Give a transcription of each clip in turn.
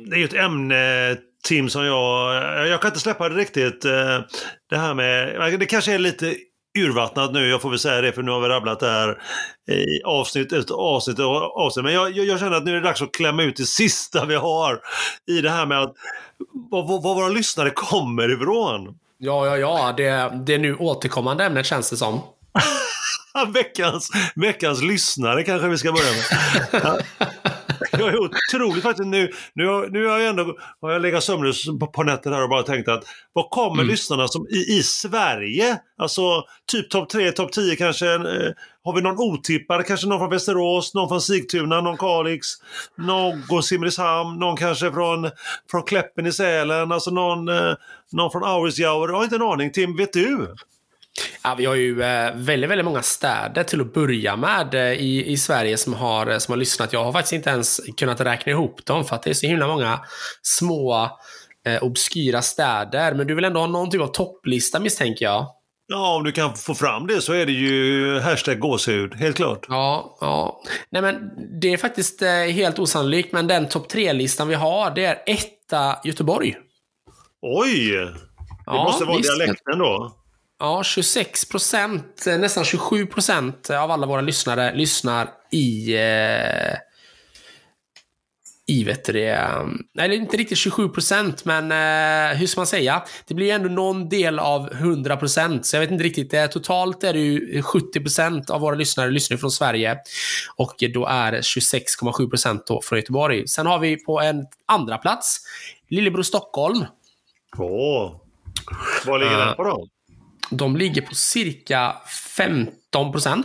det är ju ett ämne, Tim, som jag kan inte släppa det riktigt. Det här med, det kanske är lite urvattnat nu, jag får väl säga det, för nu har vi rabblat det här i avsnitt efter avsnitt. Men jag känner att nu är det dags att klämma ut det sista vi har i det här med att vad våra lyssnare kommer ifrån. Ja, det är nu återkommande ämnet, känns det som. veckans lyssnare kanske vi ska börja med. Jag är otroligt faktiskt nu har jag legat sömnlös på nätter här och bara tänkt att vad kommer lyssnarna som i Sverige, alltså typ topp 3, topp 10 kanske, har vi någon otippad, kanske någon från Västerås, någon från Sigtuna, någon Kalix, någon Simrishamn, någon kanske från Kläppen i Sälen, alltså någon från Aurisjaur. Jag har inte en aning. Tim, vet du? Ja, vi har ju väldigt, väldigt många städer till att börja med i Sverige som har lyssnat. Jag har faktiskt inte ens kunnat räkna ihop dem för att det är så himla många små obskyra städer. Men du vill ändå ha någon typ av topplista, misstänker jag. Ja, om du kan få fram det så är det ju #gåshud, helt klart. Ja. Nej, men det är faktiskt helt osannolikt, men den topp 3-listan vi har, det är 1 Göteborg. Oj! Det måste vara dialekten då. Ja, 26%, nästan 27% av alla våra lyssnare lyssnar i vet du det, nej, det är inte riktigt 27%, men hur ska man säga? Det blir ändå någon del av 100%, så jag vet inte riktigt. Totalt är det ju 70% av våra lyssnare lyssnar från Sverige, och då är 26,7% då från Göteborg. Sen har vi på en andra plats Lillebror Stockholm. Vad ligger den på då? De ligger på cirka 15%.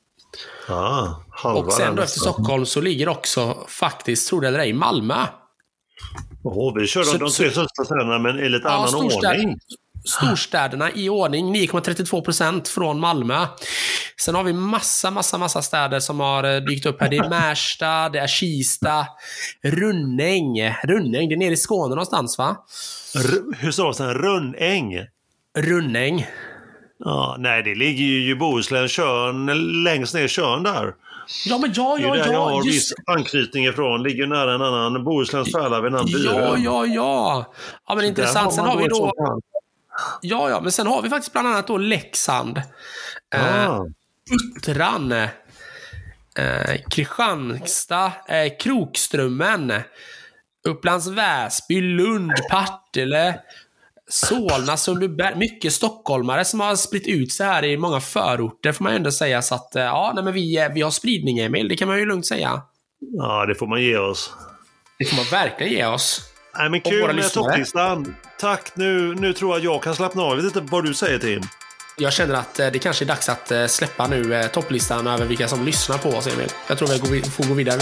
Och sen då efter Stockholm så ligger också faktiskt, tror det eller ej, Malmö. Vi kör de 3 största städerna, men i lite annan ordning. Storstäderna i ordning, 9,32% från Malmö. Sen har vi massa städer som har dykt upp här. Det är Märsta, det är Kista, Running, det är nere i Skåne någonstans, va? Hur sa du? Running? Ja, nej, det ligger ju i Bohuslän, Tjörn, längst ner i Tjörn där. Ja, men ja, jag har viss anknytning ifrån, ligger nära en annan Bohusläns pärla vid namn Byrö. Ja, men intressant. Sen har vi då... Ja, men sen har vi faktiskt bland annat då Leksand, Uttran, Kristianstad, Krokströmmen, Upplands Väsby, Lund, Partille, Solna, Sundbyberg. Mycket stockholmare som har spritt ut sig här i många förorter, får man ändå säga. Så att men vi har spridning, Emil, det kan man ju lugnt säga. Ja, det får man ge oss. Det får man verkligen ge oss. Nej, men kul med topplistan. Tack, nu tror jag kan slappna av. Jag vet inte vad du säger, Tim. Jag känner att det kanske är dags att släppa nu topplistan över vilka som lyssnar på oss, Emil. Jag tror vi får gå vidare nu.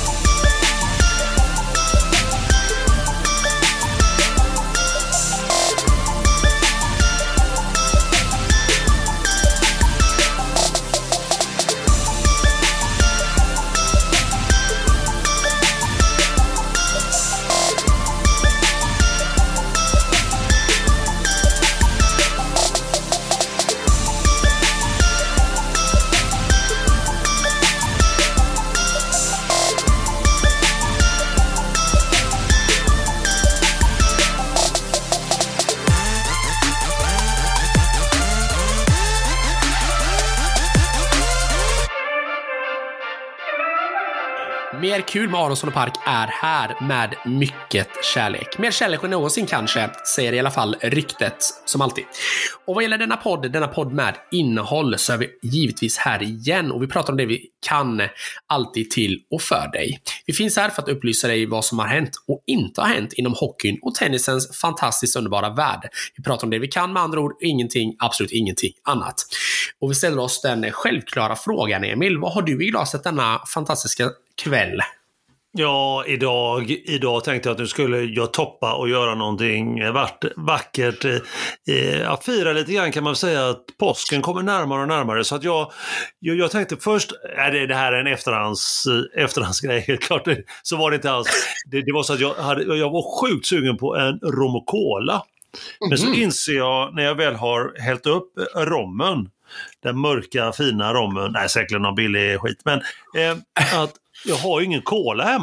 Mer kul med Aronsson och Park är här med mycket kärlek. Mer kärlek än någonsin kanske, säger i alla fall ryktet, som alltid. Och vad gäller denna podd med innehåll, så är vi givetvis här igen. Och vi pratar om det vi kan, alltid till och för dig. Vi finns här för att upplysa dig vad som har hänt och inte har hänt inom hockeyn och tennisens fantastiskt underbara värld. Vi pratar om det vi kan, med andra ord ingenting, absolut ingenting annat. Och vi ställer oss den självklara frågan, Emil. Vad har du i glaset denna fantastiska kväll? Ja, idag tänkte jag att nu skulle jag toppa och göra någonting vackert. Att fira lite grann, kan man säga att påsken kommer närmare och närmare. Så att jag tänkte först, det här är en efterhandsgrej, helt klart. Så var det inte alls. Det var så att jag var sjukt sugen på en rom och cola. Men så inser jag, när jag väl har hällt upp rommen, den mörka, fina rommen, nej, säkert någon billig skit, men att jag har ju ingen cola hemma.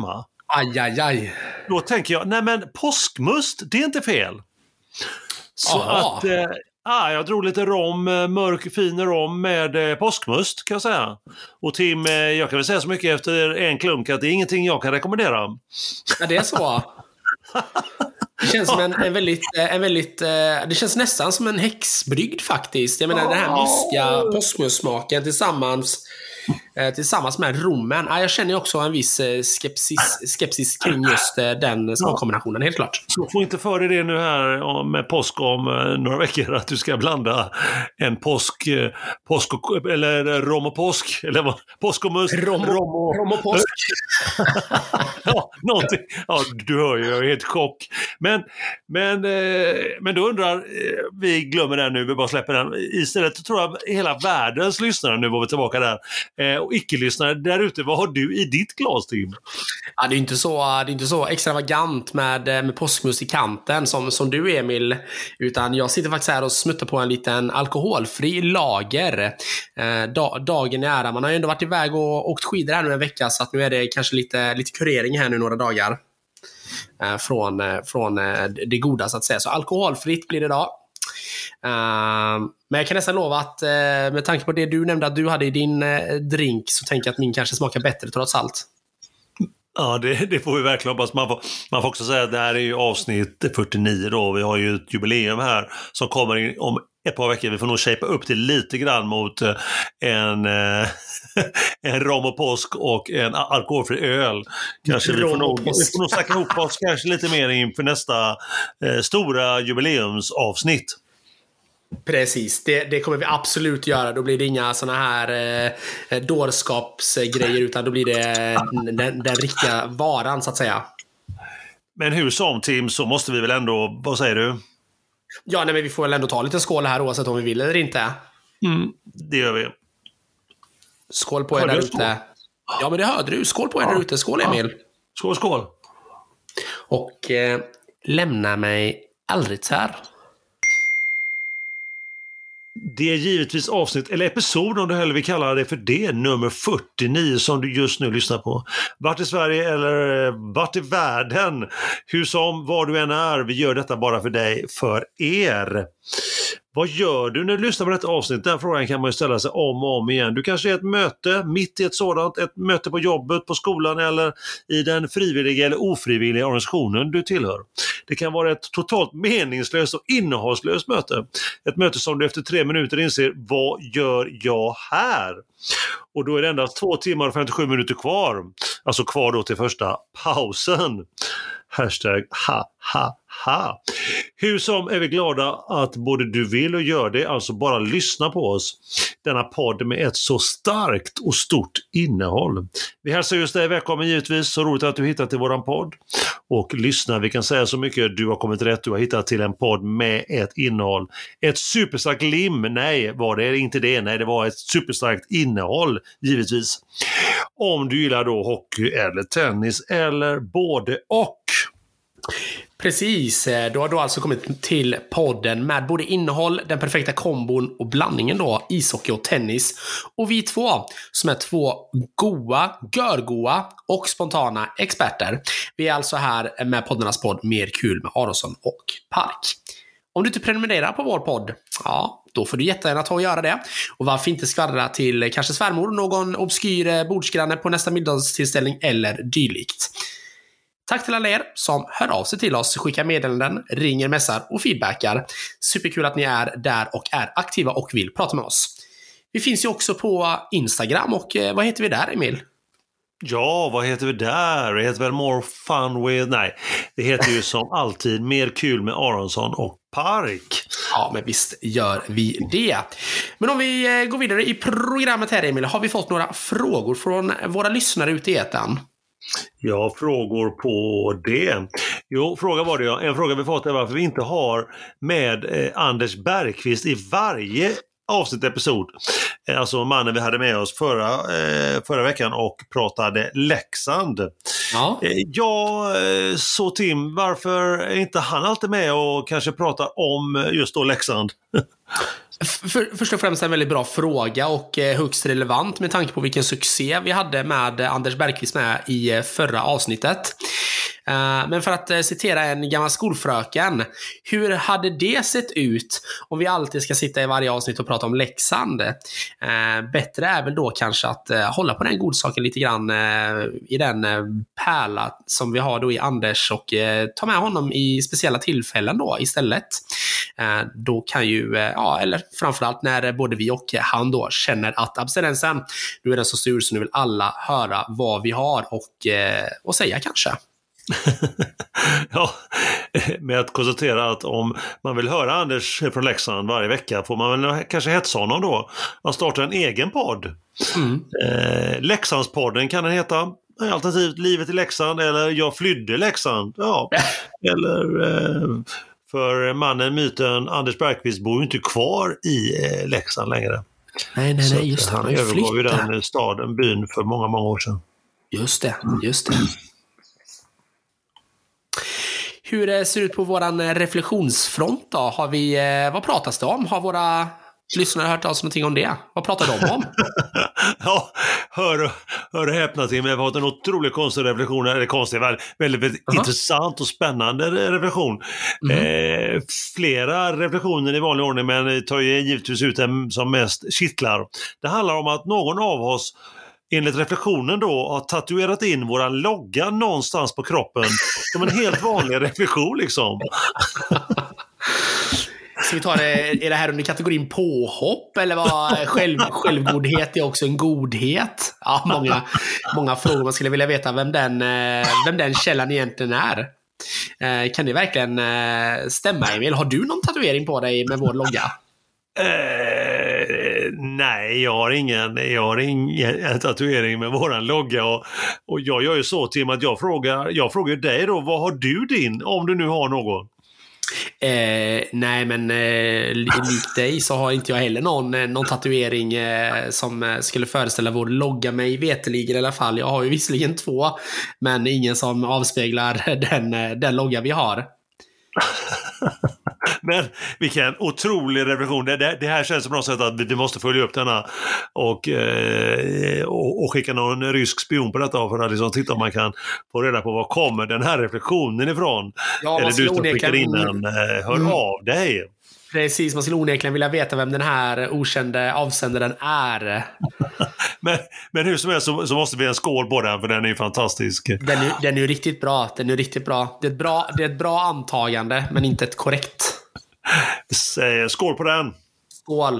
Aj, aj, aj. Då tänker jag, nej men påskmust, det är inte fel. Så Aha. att jag drog lite mörk fin rom med påskmust kan jag säga. Och Tim, jag kan väl säga så mycket efter en klunk att det är ingenting jag kan rekommendera. Ja, det är så. Det känns som en väldigt det känns nästan som en häxbrygd faktiskt. Jag menar den här mustiga påskmustsmaken tillsammans med rommen. Jag känner ju också en viss skepsis kring just den smakkombinationen, helt klart. Så får inte för dig det nu här med påsk om några veckor att du ska blanda en påsk eller rom och påsk eller vad? Påsk och must. Rom och påsk. Ja, någonting. Ja, du hör ju, jag är helt chock. Men då undrar, vi glömmer den nu, vi bara släpper den. Istället tror jag hela världens lyssnare, nu var vi tillbaka där, och icke-lyssnare där ute, vad har du i ditt glas, Tim? Ja, det är inte så extravagant med påskmust i kanten som du, Emil, utan jag sitter faktiskt här och smuttar på en liten alkoholfri lager. Dagen är ära. Man har ju ändå varit iväg och åkt skidor här nu en vecka, så att nu är det kanske lite kurering här nu några dagar från det goda, så att säga. Så alkoholfritt blir det idag. Men jag kan nästan lova att med tanke på det du nämnde att du hade i din drink, så tänker jag att min kanske smakar bättre trots allt. Ja, det får vi verkligen hoppas. Man får också säga att det här är ju avsnitt 49 då. Vi har ju ett jubileum här som kommer om ett par veckor. Vi får nog shapea upp det lite grann mot en rom och påsk och en alkoholfri öl. Kanske vi får nog snacka ihop oss kanske lite mer inför nästa stora jubileumsavsnitt. Precis, det kommer vi absolut göra. Då blir det inga såna här dårskapsgrejer, utan då blir det den riktiga varan, så att säga. Men hur som, Tim, så måste vi väl ändå, vad säger du? Ja, nej, men vi får väl ändå ta lite skål här oavsett om vi vill eller inte. Det gör vi. Skål på er där ute. Ja, men det hörde du. Skål på er där ute. Skål, Emil. Skål. Och lämna mig aldrig här. Det är givetvis avsnitt, eller episod om du hellre vill kalla det för det, nummer 49 som du just nu lyssnar på. Vart i Sverige eller vart i världen, hur som, var du än är, vi gör detta bara för dig, för er. Vad gör du när du lyssnar på detta avsnitt? Den frågan kan man ju ställa sig om och om igen. Du kanske är ett möte, mitt i ett sådant, ett möte på jobbet, på skolan eller i den frivilliga eller ofrivilliga organisationen du tillhör. Det kan vara ett totalt meningslöst och innehållslöst möte. Ett möte som du efter 3 minuter inser, vad gör jag här? Och då är det endast 2 timmar och 57 minuter kvar. Alltså kvar då till första pausen. Hashtag ha. Hur som är vi glada att både du vill och gör det, alltså bara lyssna på oss. Denna podd med ett så starkt och stort innehåll. Vi hälsar just dig välkommen givetvis, så roligt att du hittat till våran podd. Och lyssna, vi kan säga så mycket, du har kommit rätt, du har hittat till en podd med ett innehåll. Ett superstarkt nej var det inte det, nej det var ett superstarkt innehåll givetvis. Om du gillar då hockey eller tennis eller både och. Precis, du har då alltså kommit till podden med både innehåll, den perfekta kombon och blandningen då, ishockey och tennis. Och vi två, som är 2 görgoa och spontana experter. Vi är alltså här med poddarnas podd Mer kul med Aronsson och Park. Om du inte prenumererar på vår podd, ja, då får du jättegärna ta och göra det. Och varför inte skvallra till kanske svärmor, någon obskyr bordsgranne på nästa middagstillställning eller dylikt. Tack till alla er som hör av sig till oss, skickar meddelanden, ringer, messar och feedbackar. Superkul att ni är där och är aktiva och vill prata med oss. Vi finns ju också på Instagram, och vad heter vi där, Emil? Ja, vad heter vi där? Det heter väl More Fun With... Nej, det heter ju som alltid Mer kul med Aronsson och Park. Ja, men visst gör vi det. Men om vi går vidare i programmet här, Emil, har vi fått några frågor från våra lyssnare ute i etern? Ja, frågor på det. Jo, fråga var det ja. En fråga vi fått är varför vi inte har med Anders Bergqvist i varje episod. Alltså mannen vi hade med oss förra veckan och pratade Leksand. Ja. Så Tim, varför är inte han alltid med och kanske pratar om just då Leksand? Först och främst en väldigt bra fråga och högst relevant med tanke på vilken succé vi hade med Anders Bergqvist med i förra avsnittet. Men för att citera en gammal skolfröken, hur hade det sett ut om vi alltid ska sitta i varje avsnitt och prata om Leksand? Bättre är väl då kanske att hålla på den godsaken lite grann i den pärla som vi har då i Anders och ta med honom i speciella tillfällen då istället. Då kan ju, eller framförallt när både vi och han då känner att abstinensen, nu är den så sur så nu vill alla höra vad vi har och säga kanske. Ja, med att konstatera att om man vill höra Anders från Leksand varje vecka får man väl kanske hetsa honom då. Han startar en egen podd. Leksandspodden kan den heta. Alternativt Livet i Leksand eller Jag flydde Leksand. Ja. Eller för mannen, myten Anders Bergqvist bor ju inte kvar i Leksand längre. Nej, just det. Han övergav ju den byn för många år sedan. Just det. Hur ser det ut på våran reflektionsfront då? Vad pratas det om? Har våra lyssnare hört oss någonting om det? Vad pratar de om? Ja, hör och häpna till, men jag har fått en otroligt konstig reflektion, väldigt intressant och spännande reflektion. Flera reflektioner i vanlig ordning, men tar ju givetvis ut den som mest kittlar. Det handlar om att någon av oss enligt reflektionen då har tatuerat in våran logga någonstans på kroppen som en helt vanlig reflektion liksom. Ska vi ta det, är det här under kategorin påhopp eller vad? Självgodhet är också en godhet. Ja, många frågor man skulle vilja veta vem den källan egentligen är. Kan det verkligen stämma, Emil? Har du någon tatuering på dig med vår logga? Nej, jag har ingen tatuering med våran logga och jag gör ju så, Tim, att jag frågar dig då, vad har du din, om du nu har någon? Nej, men likt dig så har inte jag heller någon tatuering som skulle föreställa vår logga, mig veteligen i alla fall. Jag har ju visserligen 2, men ingen som avspeglar den logga vi har. Men vilken otrolig reflektion. Det här känns som något sätt att vi måste följa upp denna och skicka någon rysk spion på detta för att liksom titta om man kan få reda på var kommer den här reflektionen ifrån. Ja, eller du som skickar in den, hör av dig. Precis, man skulle onekligen vilja veta vem den här okände avsändaren är. men hur som helst så måste vi en skål på den, för den är ju fantastisk. Den är ju riktigt bra. Det är ett bra antagande, men inte ett korrekt. Skål på den. Skål.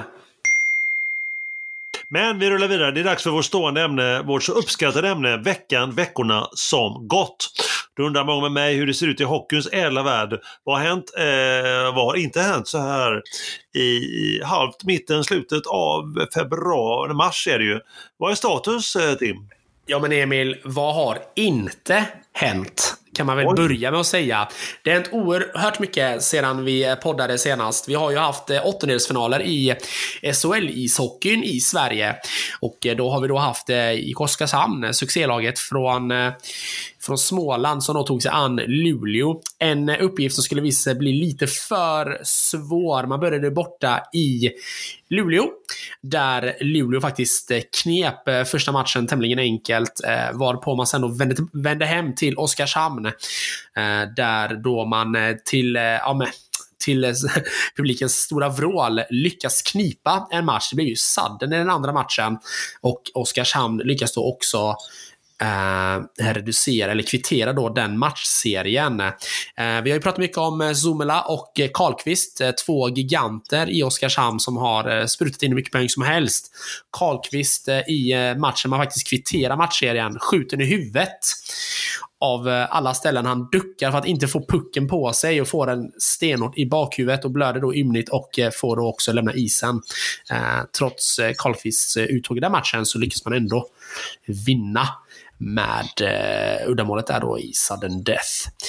Men vi rullar vidare. Det är dags för vårt stående ämne, vårt så uppskattade ämne, veckorna som gått. Då undrar många med mig hur det ser ut i hockeyns ädla värld. Vad har hänt? Vad har inte hänt så här i slutet av mars är det ju. Vad är status, Tim? Ja, men Emil, vad har inte hänt? Kan man väl börja med att säga. Det har hänt oerhört mycket sedan vi poddade senast. Vi har ju haft åttondelsfinaler i SHL-ishockeyn i Sverige. Och då har vi då haft i Oskarshamn, succélaget från Småland som då tog sig an Luleå. En uppgift som skulle visa sig bli lite för svår. Man började borta i Luleå, där Luleå faktiskt knep första matchen tämligen enkelt, varpå man sen då vände hem till Oskarshamn, där då man till publikens stora vrål lyckas knipa en match. Det blir ju sadden i den andra matchen, och Oskarshamn lyckas då också reducera eller kvittera då den matchserien. Vi har ju pratat mycket om Zumela och Karlqvist, 2 giganter i Oskarshamn som har sprutat in hur mycket poäng som helst. Karlqvist i matchen man faktiskt kvitterar matchserien skjuter i huvudet av alla ställen. Han duckar för att inte få pucken på sig och får en stenhårt i bakhuvudet och blöder då ymnigt och får då också lämna isen. Trots Karlqvists uttåg i den matchen så lyckas man ändå vinna med uddamålet där då i sudden death.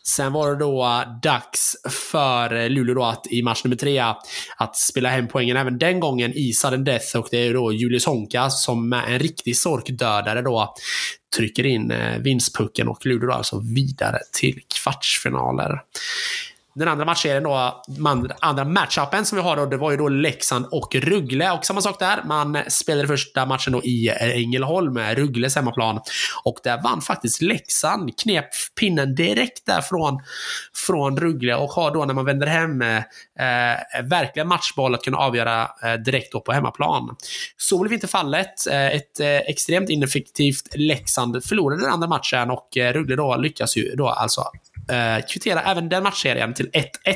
Sen var det då dags för Luleå då att i match nummer 3 att spela hem poängen även den gången i sudden death, och det är ju då Julius Honkas som med en riktig sorkdödare då trycker in vinstpucken, och Luleå då alltså vidare till kvartsfinaler. Den andra matchen då, andra matchupen som vi har då, det var ju då Leksand och Rögle, och samma sak där, man spelade första matchen då i Ängelholm, Rögles hemmaplan, och där vann faktiskt Leksand, knep pinnen direkt där från Rögle, och har då när man vänder hem verkligen matchboll att kunna avgöra direkt då på hemmaplan. Så blev inte fallet. Ett extremt ineffektivt Leksand förlorade den andra matchen, och Rögle då lyckas ju då alltså kvittera även den matchserien till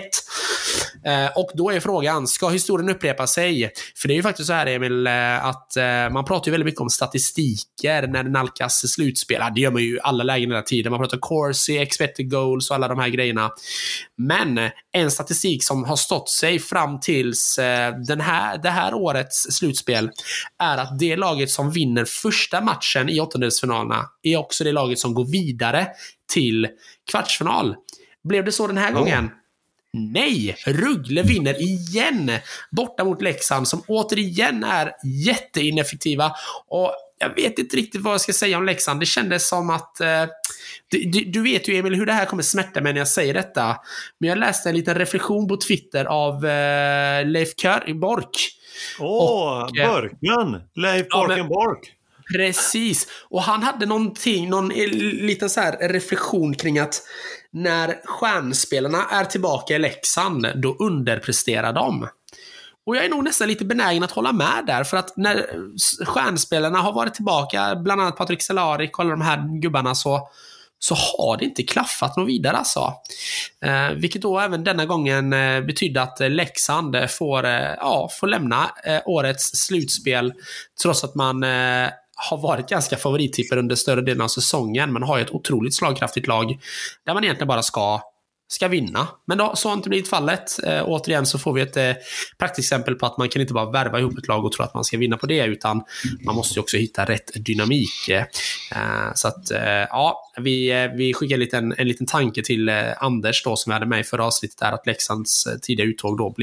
1-1. Och då är frågan, ska historien upprepa sig? För det är ju faktiskt så här, Emil, att man pratar ju väldigt mycket om statistiker när det nalkas slutspel. Det gör man ju i alla lägen hela tiden. Man pratar Corsi, expected goals och alla de här grejerna. Men en statistik som har stått sig fram tills det här årets slutspel är att det laget som vinner första matchen i åttondelsfinalerna är också det laget som går vidare till kvartsfinal. Blev det så den här gången? Nej, Rögle vinner igen borta mot Leksand, som återigen är jätteineffektiva. Och jag vet inte riktigt vad jag ska säga om Leksand. Det kändes som att du vet ju, Emil, hur det här kommer smärta mig när jag säger detta. Men jag läste en liten reflektion på Twitter av Leif Bork. Börkman! Leif Bork. Precis, och han hade någon liten så här reflektion kring att när stjärnspelarna är tillbaka i Leksand, då underpresterar de. Och jag är nog nästan lite benägen att hålla med där, för att när stjärnspelarna har varit tillbaka, bland annat Patrik Cehlárik och alla de här gubbarna, så har det inte klaffat något vidare alltså. Vilket då även denna gången betyder att Leksand får lämna årets slutspel, trots att man har varit ganska favorittipper under större delen av säsongen, men har ju ett otroligt slagkraftigt lag där man egentligen bara ska vinna. Men då, så har inte blivit fallet. Återigen så får vi ett praktexempel på att man kan inte bara värva ihop ett lag och tro att man ska vinna på det, utan man måste ju också hitta rätt dynamik. Så att vi skickar en liten tanke till Anders då, som hade med i förra avsnittet där, att Leksands tidiga uttåg då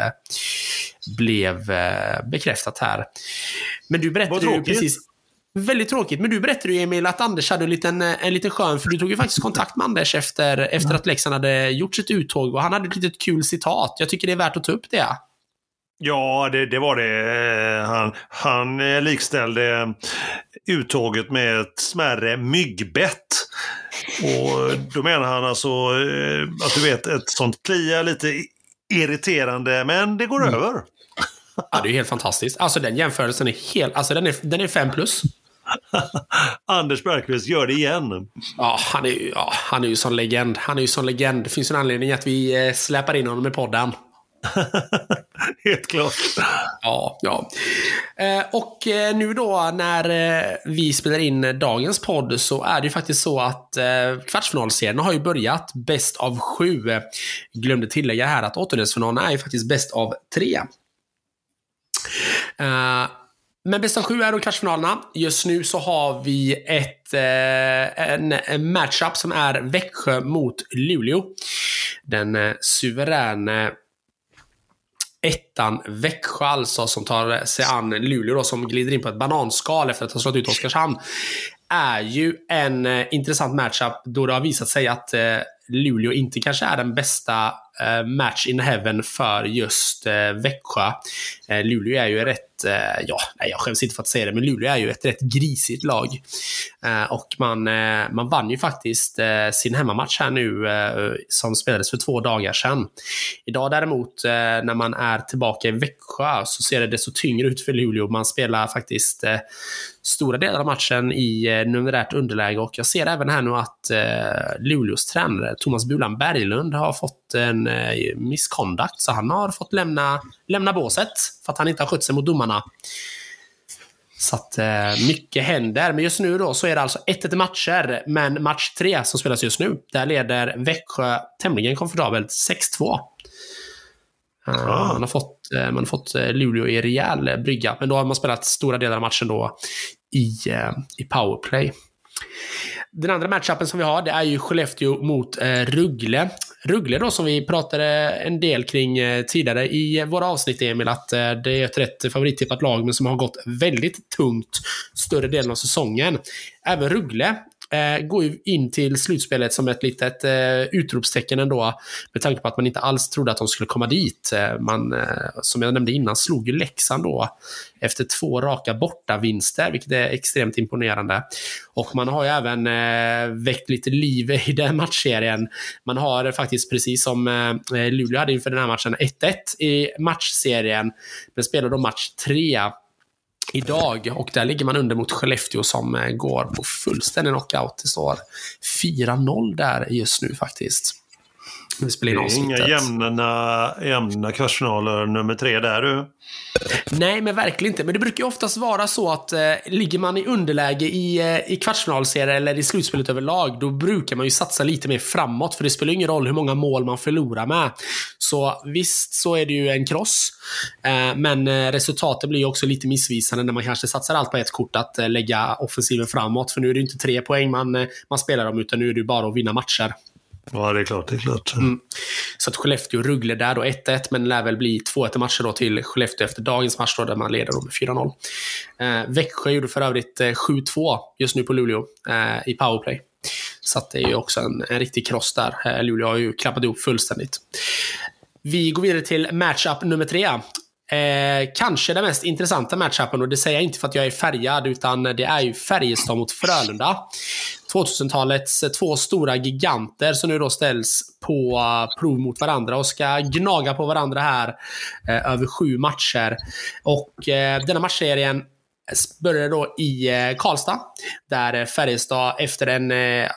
blev bekräftat här. Men du berättade ju precis. Väldigt tråkigt, men du berättade ju, Emil, att Anders hade en liten skön, för du tog ju faktiskt kontakt med Anders efter att Leksand hade gjort sitt uttåg, och han hade ett litet kul citat. Jag tycker det är värt att ta upp det. Ja, det var det. Han likställde uttåget med ett smärre myggbett. Och då menar han alltså att du vet, ett sånt klia, lite irriterande, men det går över. Ja, det är helt fantastiskt. Alltså den jämförelsen är helt, alltså den är 5+. Anders Bergqvist gör det igen. Ja, han är ju sån legend. Det finns en anledning att vi släpar in honom i podden. Helt klart. Ja. Och nu då när vi spelar in dagens podd, så är det ju faktiskt så att kvartsfinalserien har ju börjat bäst av 7. Glömde tillägga här att åttondelsfinalen är ju faktiskt bäst av 3. Men bästa 7 är då kvartsfinalerna. Just nu så har vi en matchup som är Växjö mot Luleå. Den suveräna ettan Växjö alltså, som tar sig an Luleå då, som glider in på ett bananskal efter att ha slått ut Oskarshamn, är ju en intressant matchup, då det har visat sig att Luleå inte kanske är den bästa match in heaven för just Växjö. Luleå är ju jag skäms inte för att säga det, men Luleå är ju ett rätt grisigt lag. Och man vann ju faktiskt sin hemmamatch här nu som spelades för 2 dagar sedan. Idag däremot, när man är tillbaka i Växjö, så ser det desto tyngre ut för Luleå. Man spelar faktiskt stora delar av matchen i numerärt underläge, och jag ser även här nu att Luleås tränare Thomas Bulan Berglund har fått en misconduct, så han har fått lämna båset för att han inte har skött sig mot domarna. Så att mycket händer. Men just nu då så är det alltså 1-1 matcher, men match 3 som spelas just nu, där leder Växjö tämligen komfortabelt 6-2. Man har fått Luleå i rejäl brygga, men då har man spelat stora delar av matchen då i powerplay. Den andra matchupen som vi har, det är ju Skellefteå mot Rögle. Rögle då, som vi pratade en del kring tidigare i våra avsnitt, Emil, att det är ett rätt favorittippat lag, men som har gått väldigt tungt större delen av säsongen. Även Rögle går ju in till slutspelet som ett litet utropstecken ändå, med tanke på att man inte alls trodde att de skulle komma dit. Man, som jag nämnde innan, slog ju Leksand då efter 2 raka bortavinster, vilket är extremt imponerande. Och man har ju även väckt lite liv i den matchserien. Man har faktiskt, precis som Luleå hade inför den här matchen, 1-1 i matchserien, men spelar då match 3 idag, och där ligger man under mot Skellefteå som går på fullständig knockout. Det står 4-0 där just nu faktiskt. Det är inga jämna kvartsfinaler nummer 3 där du. Nej, men verkligen inte. Men det brukar ju oftast vara så att ligger man i underläge i kvartsfinalserier eller i slutspelet överlag, då brukar man ju satsa lite mer framåt, för det spelar ingen roll hur många mål man förlorar med. Så visst, så är det ju en kross. Men resultatet blir ju också lite missvisande när man kanske satsar allt på ett kort, att lägga offensiven framåt. För nu är det inte 3 poäng man spelar om, utan nu är det ju bara att vinna matcher. Ja, det är klart. Så att Skellefteå Rögle där då 1-1, men det lär väl bli 2-1 matcher då till Skellefteå efter dagens match då, där man leder då med 4-0. Växjö gjorde för övrigt 7-2 just nu på Luleå i powerplay. Så att det är ju också en riktig kross där. Luleå har ju klappat ihop fullständigt. Vi går vidare till matchup nummer 3. Kanske den mest intressanta matchupen, och det säger jag inte för att jag är färgad, utan det är ju Färjestad mot Frölunda. 2000-talets 2 stora giganter som nu då ställs på prov mot varandra och ska gnaga på varandra här över 7 matcher. Och denna matchserien började då i Karlstad, där Färjestad efter en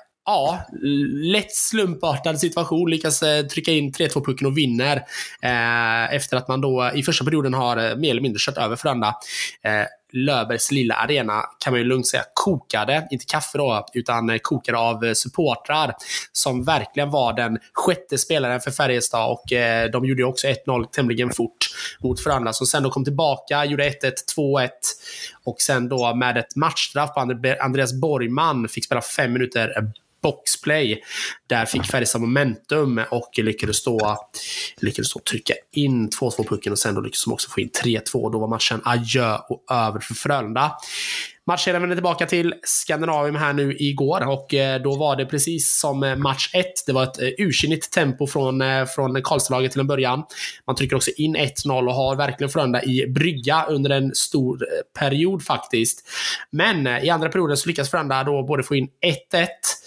lätt slumpartad situation lyckas trycka in 3-2-pucken och vinner efter att man då i första perioden har mer eller mindre kört över Frölunda. Löfbergs lilla arena kan man ju lugnt säga kokade, inte kaffe då, utan kokade av supportrar som verkligen var den 6:e spelaren för Färjestad, och de gjorde ju också 1-0 tämligen fort mot Frölunda, som sen då kom tillbaka, gjorde 1-1, 2-1, och sen då med ett matchstraff på Andreas Borgman fick spela 5 minuter boxplay. Där fick Färjestad momentum och lyckades då trycka in 2-2-pucken, och sen då lyckades de också få in 3-2. Då var matchen adjö och över för Frölunda. Matchen vände tillbaka till Skandinavien här nu igår, och då var det precis som match 1. Det var ett ursinnigt tempo från Karlstadlaget till en början. Man trycker också in 1-0 och har verkligen Frölunda i brygga under en stor period faktiskt. Men i andra perioden så lyckas Frölunda då både få in 1-1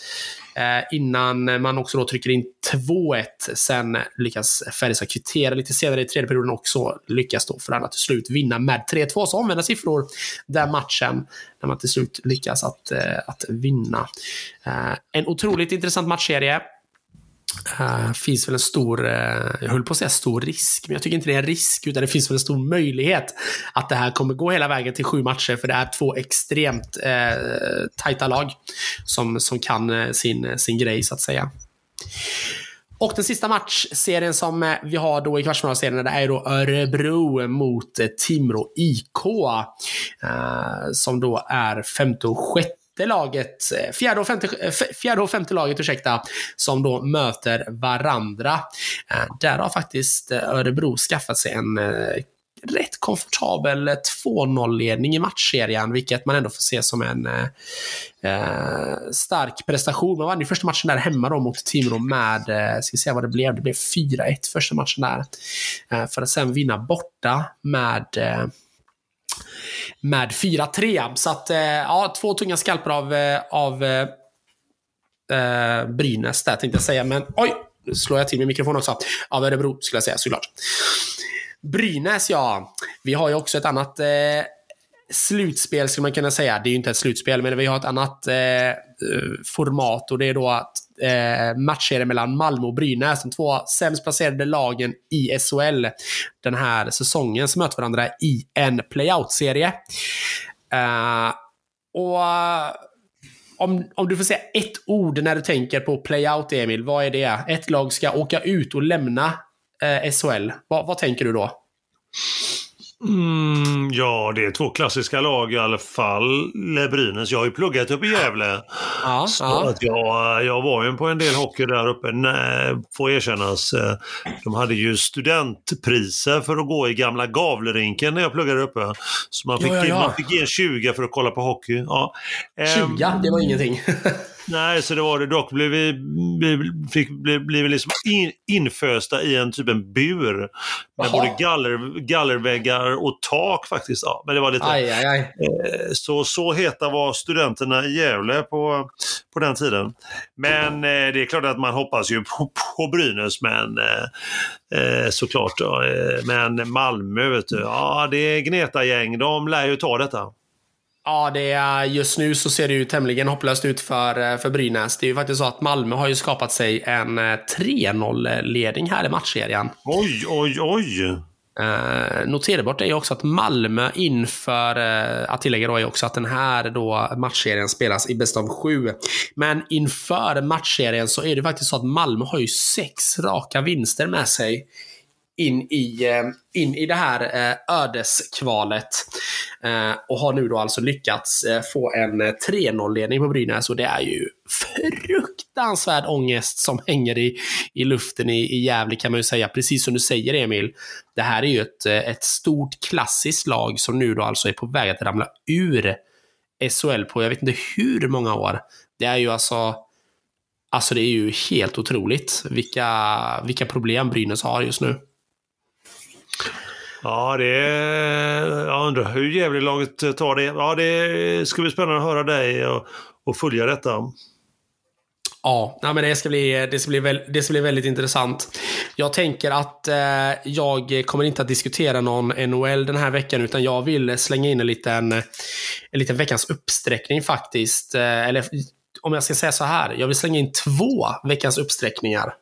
innan man också då trycker in 2-1. Sen lyckas Färjestad kvittera lite senare i tredje perioden, och så lyckas då Frölunda till slut vinna med 3-2. Så omvända siffror där matchen, när man till slut lyckas att vinna. En otroligt intressant matchserie. Finns väl en stor, jag höll på att säga stor risk, men jag tycker inte det är en risk, utan det finns väl en stor möjlighet att det här kommer gå hela vägen till 7 matcher, för det är 2 extremt tajta lag som kan sin grej så att säga. Och den sista matchserien som vi har då i kvartsfinalserien, det är då Örebro mot Timrå IK, som då är 5:e och 6:e laget, fjärde och femte laget, som då möter varandra. Där har faktiskt Örebro skaffat sig en rätt komfortabel 2-0-ledning i matchserien, vilket man ändå får se som en stark prestation. Man vann ju första matchen där hemma då mot Timrå med, ska vi se vad det blev 4-1 första matchen där, för att sen vinna borta med 4-3. Så att 2 tunga skalper av Brynäs där tänkte jag säga, men oj, nu slår jag till min mikrofon också. Av Örebro skulle jag säga, såklart. Brynäs, vi har ju också ett annat slutspel skulle man kunna säga. Det är ju inte ett slutspel, men vi har ett annat format, och det är då att matcher mellan Malmö och Brynäs, de 2 sämst placerade lagen i SHL den här säsongen, som möter varandra i en playout-serie. Och om du får säga ett ord när du tänker på playout, Emil, vad är det? Ett lag ska åka ut och lämna SHL. Vad tänker du då? Ja, det är två klassiska lag i alla fall. Brynäs. Jag har ju pluggat upp i Gävle. Så att jag var ju på en del hockey där uppe. Nej, får erkännas. De hade ju studentpriser för att gå i gamla Gavlerinken när jag pluggade uppe. Så man fick ge 20 för att kolla på hockey. Ja. 20? Det var ingenting. Nej, så det var det. Dock blev vi liksom infösta i en bur med både gallerväggar och tak faktiskt. Ja, men det var lite... Aj. Så heta var studenterna i Gävle på den tiden. Men det är klart att man hoppas ju på Brynäs, men såklart. Ja, men Malmö, vet du. Ja, det är Gneta-gäng. De lär ju ta detta. Ja, just nu så ser det ju tämligen hopplöst ut för Brynäs. Det är ju faktiskt så att Malmö har ju skapat sig en 3-0-ledning här i matchserien. Oj. Noterbart är ju också att Malmö inför, att tillägga då är också att den här då matchserien spelas i bäst av 7. Men inför matchserien så är det faktiskt så att Malmö har ju 6 raka vinster med sig in i det här ödeskvalet, och har nu då alltså lyckats få en 3-0-ledning på Brynäs, och det är ju fruktansvärd ångest som hänger i luften i Gävle, kan man ju säga, precis som du säger, Emil. Det här är ju ett stort klassiskt lag som nu då alltså är på väg att ramla ur SHL på jag vet inte hur många år. Det är ju alltså det är ju helt otroligt vilka problem Brynäs har just nu. Ja, jag undrar hur Gävle-laget tar det. Ja, det ska bli spännande att höra dig och följa detta. Ja, men det ska bli väldigt intressant. Jag tänker att jag kommer inte att diskutera någon NHL den här veckan, utan jag vill slänga in en liten veckans uppsträckning faktiskt. Eller om jag ska säga så här, jag vill slänga in 2 veckans uppsträckningar.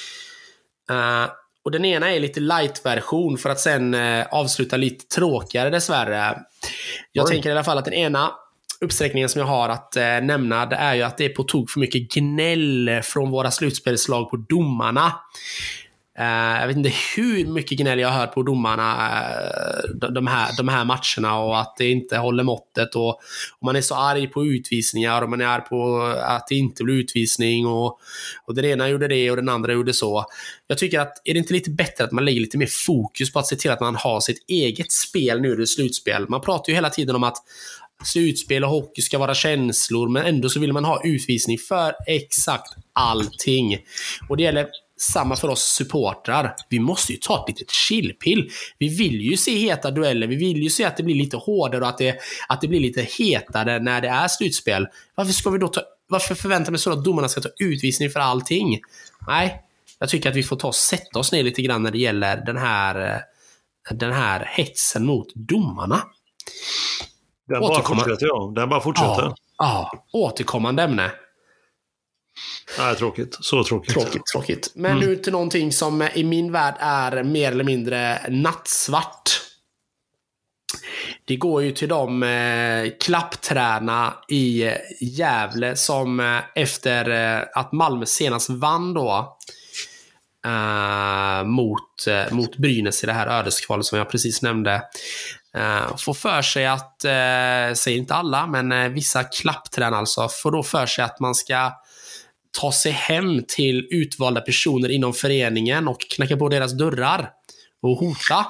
Och den ena är lite light-version för att sen avsluta lite tråkigare dessvärre. Jag tänker i alla fall att den ena uppsträckningen som jag har att nämna, det är ju att det är på tok för mycket gnäll från våra slutspelslag på domarna. Jag vet inte hur mycket gnäll jag har hört på domarna de här matcherna, och att det inte håller måttet, och man är så arg på utvisningar, och man är arg på att det inte blir utvisning, och den ena gjorde det och den andra gjorde så. Jag tycker att är det inte lite bättre att man lägger lite mer fokus på att se till att man har sitt eget spel nu i slutspel. Man pratar ju hela tiden om att slutspel och hockey ska vara känslor, men ändå så vill man ha utvisning för exakt allting. Och det gäller samma för oss supportrar. Vi måste ju ta ett litet chillpill. Vi vill ju se heta dueller. Vi vill ju se att det blir lite hårdare, och att det blir lite hetare när det är slutspel. Varför förväntar man sig att domarna ska ta utvisning för allting? Nej, jag tycker att vi får sätta oss ner lite grann när det gäller den här hetsen mot domarna. Den bara fortsätter. Ja, återkommande ämne. Nej, tråkigt. Så Tråkigt. Men nu till någonting som i min värld är mer eller mindre nattsvart. Det går ju till de klappträna i Gävle som efter att Malmö senast vann då mot Brynäs i det här ödeskvalet som jag precis nämnde, får för sig att, säger inte alla, men vissa klappträn alltså, får då för sig att man ska ta sig hem till utvalda personer inom föreningen och knacka på deras dörrar och hota.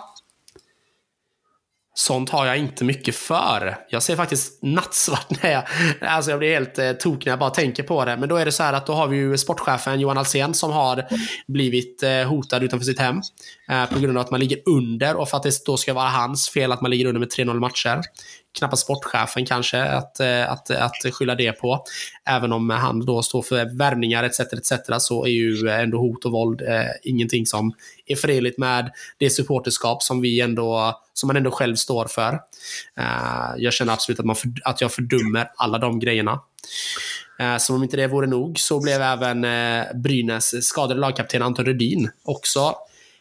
Sånt har jag inte mycket för. Jag ser faktiskt nattsvart när jag blir helt tok när jag bara tänker på det. Men då är det så här att då har vi ju sportchefen Johan Alsen som har blivit hotad utanför sitt hem på grund av att man ligger under, och för att det då ska vara hans fel att man ligger under med 3-0 matcher. Knappast sportchefen kanske att skylla det på. Även om han då står för värvningar etc. så är ju ändå hot och våld ingenting som är förenligt med det supporterskap som man ändå själv står för. Jag känner absolut att jag fördömer alla de grejerna. Som om inte det vore nog så blev även Brynäs skadade lagkapten Anton Rudin också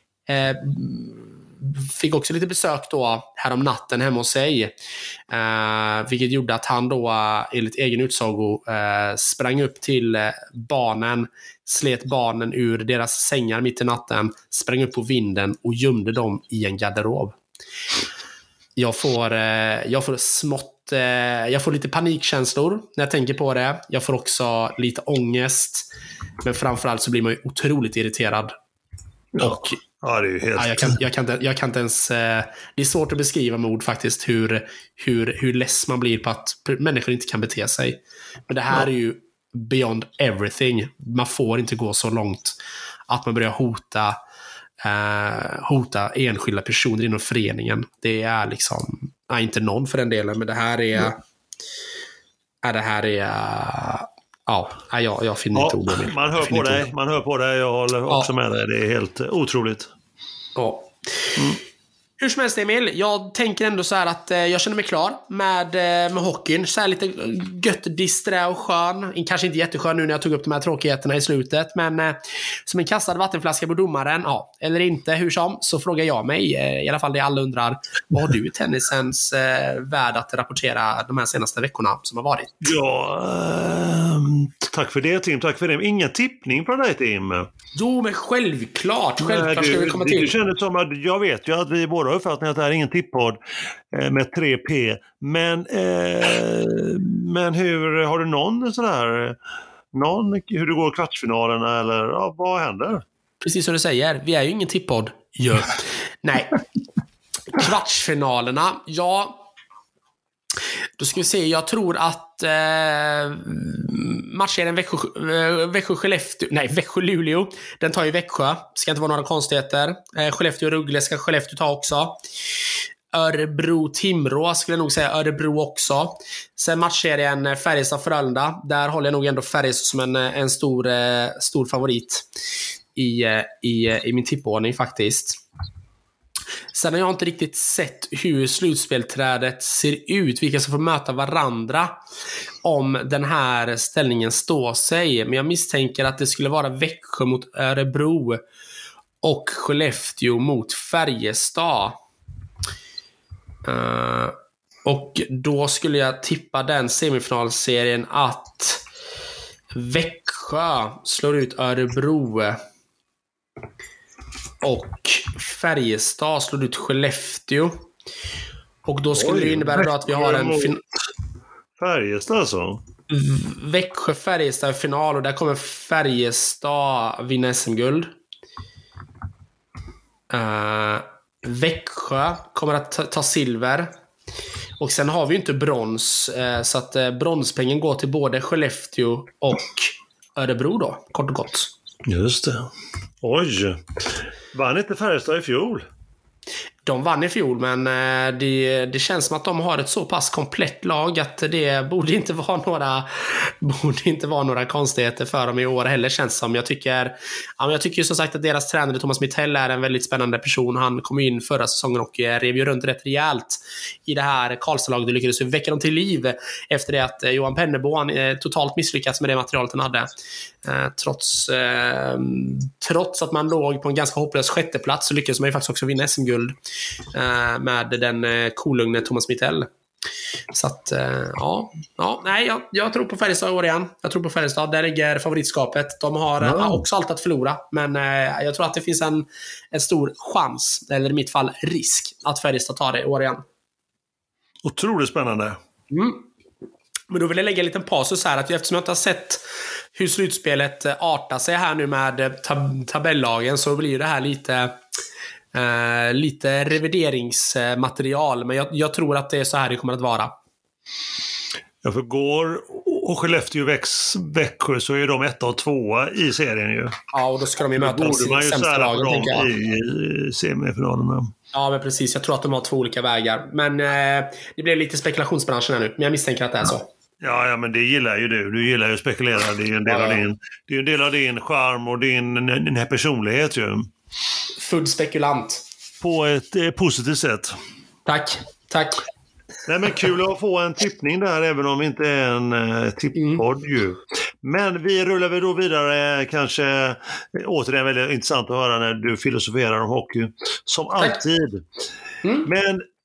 fick också lite besök då här om natten hemma hos sig, vilket gjorde att han då enligt egen utsago sprang upp till barnen, slet barnen ur deras sängar mitt i natten, sprang upp på vinden och gömde dem i en garderob. Jag får smått, jag får lite panikkänslor när jag tänker på det. Jag får också lite ångest. Men framförallt så blir man ju otroligt irriterad. Och ja, det är ju helt... jag kan inte ens... Det är svårt att beskriva med ord faktiskt hur less man blir på att människor inte kan bete sig. Men det här är ju beyond everything. Man får inte gå så långt att man börjar hota enskilda personer inom föreningen. Det är liksom... Nej, inte någon för den delen, men det här är... jag finner inte ord. Man hör på dig. Jag håller också med dig. Det är helt otroligt. Ja. Hur som helst, Emil, jag tänker ändå så här att jag känner mig klar med hockeyn. Så här lite gött, disträ och skön. Kanske inte jätteskön nu när jag tog upp de här tråkigheterna i slutet. Men som en kastad vattenflaska på domaren, eller inte, hur som, så frågar jag mig, i alla fall det alla undrar, vad har du i tennisens värld att rapportera de här senaste veckorna som har varit? Ja, tack för det, Tim. Tack för det. Ingen tippning på dig, Tim. Jo, men självklart ska vi komma till. Det kändes som att jag vet ju att vi båda har uppfattningen att det här är ingen tippodd med 3P. Men hur har du någon sådär, hur det går i kvartsfinalerna eller vad händer? Precis som du säger, vi är ju ingen tippodd. Ja. Nej. Kvartsfinalerna, då ska vi se, jag tror att matchen Växjö-Luleå, den tar ju Växjö, ska inte vara några konstigheter. Skellefteå-Rögle ska Skellefteå ta också. Örebro-Timrå skulle jag nog säga, Örebro också. Sen matchserien Färjestad-Frölunda, där håller jag nog ändå Färjestad som en stor favorit i min tippordning faktiskt. Sen har jag inte riktigt sett hur slutspelträdet ser ut, vilka som får möta varandra om den här ställningen står sig. Men jag misstänker att det skulle vara Växjö mot Örebro och Skellefteå mot Färjestad. Och då skulle jag tippa den semifinalserien att Växjö slår ut Örebro och Färjestad slår ut Skellefteå. Och då skulle det innebära då att vi har en Färjestad alltså? Växjö-Färjestad i final, och där kommer Färjestad vinna SM-guld. Växjö kommer att ta silver. Och sen har vi ju inte brons, så att bronspengen går till både Skellefteå och Örebro då, kort och gott. Just det. Oj. Vann inte Färjestad i fjol? De vann i fjol, men det känns som att de har ett så pass komplett lag att det borde inte vara några konstigheter för dem i år heller, känns som. Jag tycker som sagt att deras tränare Thomas Mittell är en väldigt spännande person. Han kom in förra säsongen och rev ju runt rätt rejält i det här Karlstad-laget. Det lyckades väcka dem till liv efter det att Johan Pennebo totalt misslyckats med det materialet han hade. Trots att man låg på en ganska hopplös sjätteplats så lyckades man ju faktiskt också vinna SM-guld med den kolugne Thomas Mittell. Så att jag tror på Färjestad i år igen. Jag tror på Färjestad, där ligger favoritskapet. De har också allt att förlora, men jag tror att det finns en stor chans, eller i mitt fall risk, att Färjestad tar det i år igen. Otroligt spännande. Men då vill jag lägga en liten passus här, att eftersom jag inte har sett hur slutspelet artar sig här nu med tabellagen, så blir det här lite revideringsmaterial. Men jag tror att det är så här det kommer att vara. Ja, för går och Skellefteå Växjö så är de 1 och 2 i serien ju. Ja, och då ska de ju möta de sämsta lagen, tänker jag. I semifinalerna. Ja, men precis. Jag tror att de har 2 olika vägar. Men det blir lite spekulationsbranschen här nu. Men jag misstänker att det är så. Ja, men det gillar ju du. Du gillar ju att spekulera. Det är ju en del av din charm och din personlighet ju. Full spekulant. På ett positivt sätt. Tack. Nej, men kul att få en tippning där, även om vi inte är en tippodd ju. Men vi rullar väl då vidare, kanske återigen väldigt intressant att höra när du filosoferar om hockey, som alltid. Men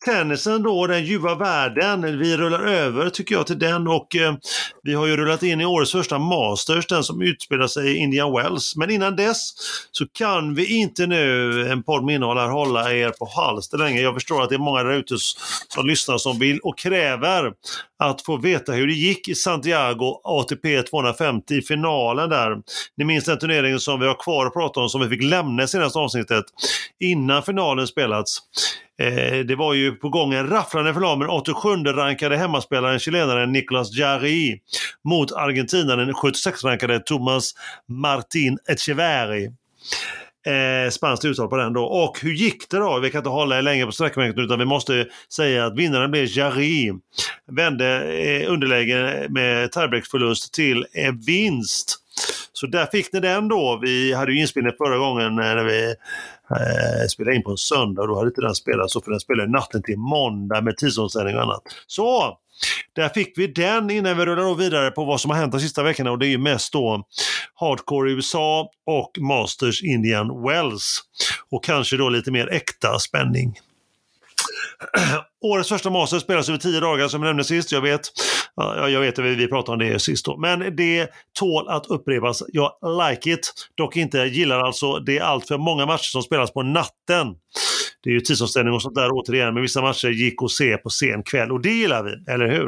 tennisen då, den ljuva världen. Vi rullar över tycker jag till den och vi har ju rullat in i årets första Masters, den som utspelar sig i Indian Wells. Men innan dess så kan vi inte nu, en podd med innehåll här, hålla er på halster länge. Jag förstår att det är många där ute som lyssnar som vill och kräver att få veta hur det gick i Santiago ATP 250 i finalen där. Ni minns den turneringen som vi har kvar att prata om, som vi fick lämna i senaste avsnittet innan finalen spelats. Det var ju på gång en rafflande final med 87-rankade hemmaspelaren chilenaren Nicolas Jarry mot argentinaren 76-rankade Thomas Martín Echeverri. Spanskt uttal på den då. Och hur gick det då? Vi kan inte hålla länge på sträckmängden utan vi måste säga att vinnaren blev Jarry. Vände underläge med tiebreak-förlust till vinst. Så där fick ni den då. Vi hade ju inspelning förra gången när vi spelade in på en söndag och då hade inte den spelat, så för den spelade natten till måndag med tidsomställning och annat. Så där fick vi den innan vi rullar vidare på vad som har hänt de sista veckorna, och det är ju mest då hardcore i USA och Masters Indian Wells och kanske då lite mer äkta spänning. Årets första Masters spelas över 10 dagar som jag nämnde sist. Jag vet att vi pratade om det sist då. Men det tål att upprepas. Jag like it. Dock inte gillar alltså det är allt för många matcher som spelas på natten. Det är ju tidsomställning och sånt där återigen. Men vissa matcher gick att se på sen kväll och det gillar vi, eller hur?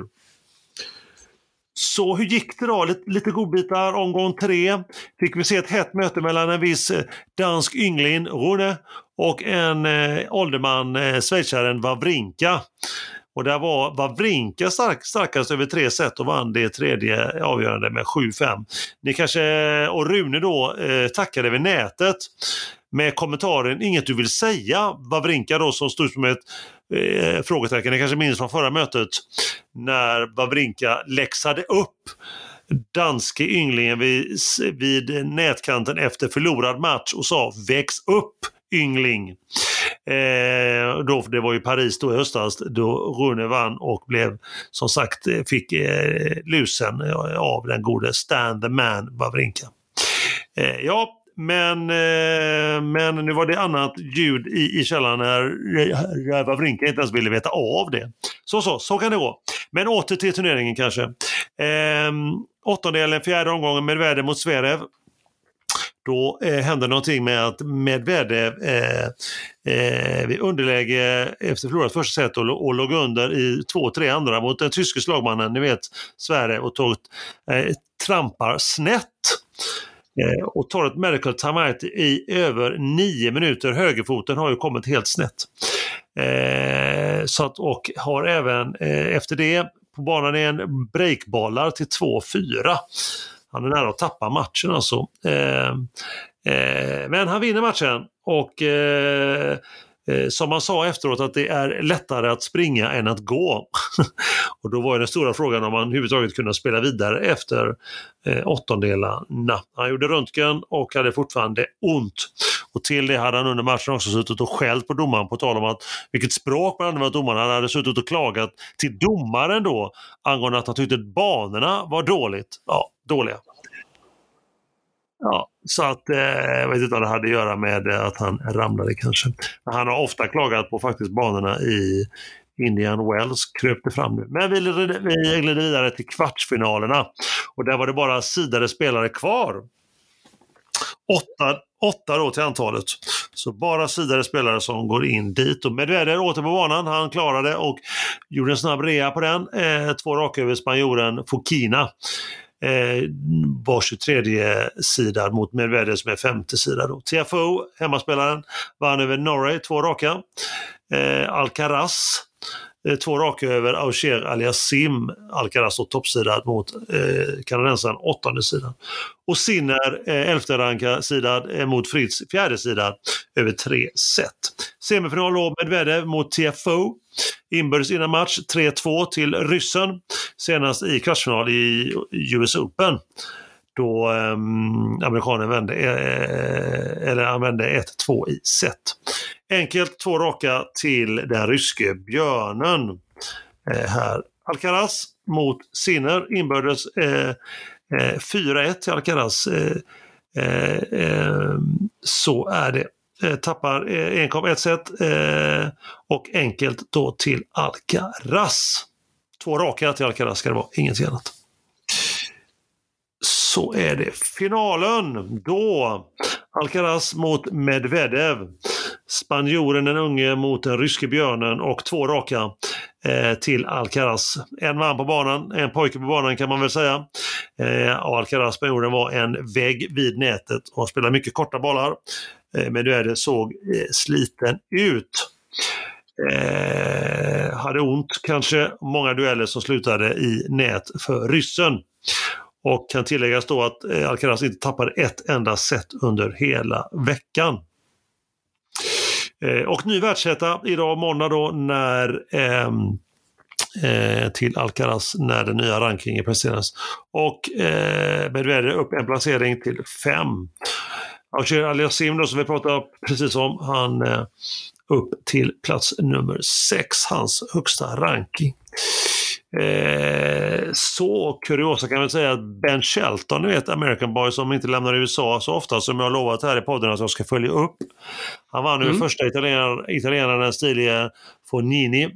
Så hur gick det då? Lite godbitar. Omgång 3 fick vi se ett hett möte mellan en viss dansk yngling, Rune, och en ålderman, schweizaren Wawrinka. Och där var Wawrinka starkast över 3 set och vann det tredje avgörande med 7-5. Ni kanske, och Rune då tackade över nätet med kommentaren "inget du vill säga". Wawrinka då som stod som ett frågetecken. Ni kanske minns från förra mötet när Wawrinka läxade upp danske ynglingen vid nätkanten efter förlorad match och sa "väx upp yngling". Då, det var ju Paris då i höstas då Rune vann och blev som sagt fick lusen av den gode Stan the Man Wawrinka. Men nu var det annat ljud i källan när Wawrinka inte ens ville veta av det. Så kan det gå. Men åter till turneringen kanske. Åttondelen, fjärde omgången Medvedev mot Zverev. Då hände någonting med att Medvedev vid underläge efter förlorat första set och låg under i 2-3 andra mot den tyske slagmannen, ni vet, Zverev, och trampar snett. Och tar ett medical timeout i över 9 minuter. Högerfoten har ju kommit helt snett. Så att, och har även efter det på banan en breakbollar till 2-4. Han är nära att tappa matchen alltså. Men han vinner matchen och som man sa efteråt att det är lättare att springa än att gå. Och då var den stora frågan om han överhuvudtaget kunde spela vidare efter åttondelarna. Han gjorde röntgen och hade fortfarande ont. Och till det hade han under matchen också suttit och skällt på domaren på tal om att vilket språk man använde domaren. Han hade suttit och klagat till domaren då angående att han tyckte att banorna var dåliga. Ja, så att jag vet inte vad det hade att göra med att han ramlade kanske. Han har ofta klagat på faktiskt banorna i Indian Wells, kröp det fram nu. Men vi gled vidare till kvartsfinalerna och där var det bara sidade spelare kvar. 8 då till antalet. Så bara sidade spelare som går in dit. Och Medvedev åter på banan, han klarade och gjorde en snabb rea på den. 2 raka över spanjoren Fokina. Var 23 sida mot Medvedev som är 50 sida då. TFO, hemmaspelaren, vann över Norrie 2 raka. Alcaraz 2 raka över Auger Aliassime. Alcaraz och toppsidad mot kanadensaren 8:e sidan. Och Sinner 11:e ranka sidad mot Fritz 4:e sidan över 3 set. Semifinal då Medvedev mot TFO. Inbördes innan match 3-2 till ryssen. Senast i kvartsfinal i US Open. Då amerikanen använde 1-2 i set. Enkelt 2 raka till den ryske björnen. Här Alcaraz mot Sinner. Inbördes 4-1 till Alcaraz. Så är det. tappar enkom ett set och enkelt då till Alcaraz. 2 raka till Alcaraz ska det vara, inget annat. Så är det finalen då. Alcaraz mot Medvedev. Spanjoren den unge mot den ryske björnen och 2 raka till Alcaraz. En man på banan, en pojke på banan kan man väl säga. Alcaraz spanjoren var en vägg vid nätet och spelade mycket korta bollar. Medvedev såg sliten ut. Hade ont kanske, många dueller som slutade i nät för ryssen. Och kan tilläggas då att Alcaraz inte tappade ett enda set under hela veckan. Och ny världsetta idag måndag då när till Alcaraz när den nya rankingen presenteras. Och Medvedev upp en placering till 5. Auger Aliassime då som vi pratade precis om, han upp till plats nummer 6, hans högsta ranking. Så kuriosa kan man säga att Ben Shelton, ni vet American Boy som inte lämnar USA så ofta som jag har lovat här i podden att jag ska följa upp. Han var nu första italienaren den stilige Fognini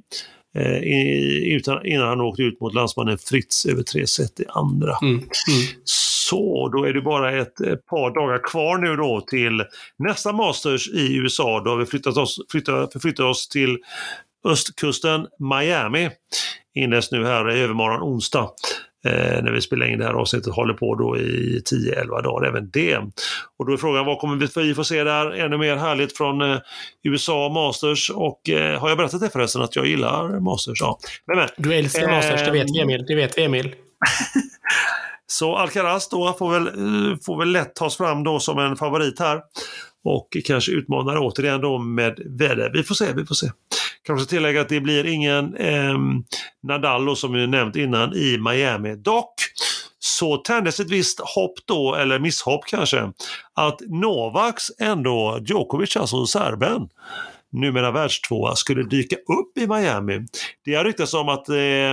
innan han åkte ut mot landsmannen Fritz över 3 set i andra. Så då är det bara ett par dagar kvar nu då till nästa Masters i USA. Då har vi förflyttat oss till östkusten Miami. Innes nu här i övermorgon onsdag när vi spelar in det här avsnittet, håller på då i 10-11 dagar även det. Och då är frågan, vad kommer vi få se där? Ännu mer härligt från USA Masters. Och har jag berättat det förresten att jag gillar Masters? Ja. Men. Du älskar Masters, det vet vi Emil. Så Alcaraz då får väl lätt tas fram då som en favorit här. Och kanske utmanar återigen då med Medvedev. Vi får se. Kan också tillägga att det blir ingen Nadal som vi nämnt innan i Miami. Dock så tändes ett visst hopp då, eller misshopp kanske, att Novaks ändå, Djokovic alltså serben, numera världstvåa, skulle dyka upp i Miami. Det har ryktats om att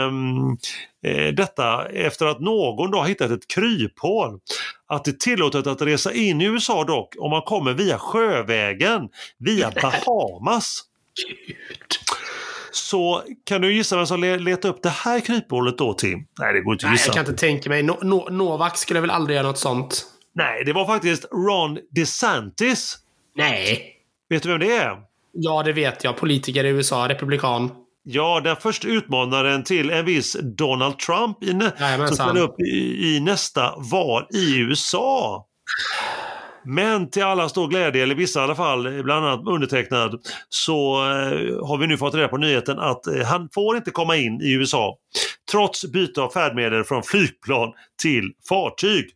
detta efter att någon då har hittat ett kryphål, att det är tillåtet att resa in i USA dock om man kommer via sjövägen, via Bahamas. Så kan du gissa vem som letar upp det här kryphålet då, Tim? Nej, det går inte att gissa. Nej, jag kan inte tänka mig. Novak skulle väl aldrig göra något sånt. Nej, det var faktiskt Ron DeSantis. Nej. Vet du vem det är? Ja, det vet jag. Politiker i USA, republikan. Ja, den första utmanaren till en viss Donald Trump som ställer upp i nästa val i USA. Men till alla stor glädje, eller vissa i alla fall, bland annat undertecknad, så har vi nu fått reda på nyheten att han får inte komma in i USA trots byte av färdmedel från flygplan till fartyg.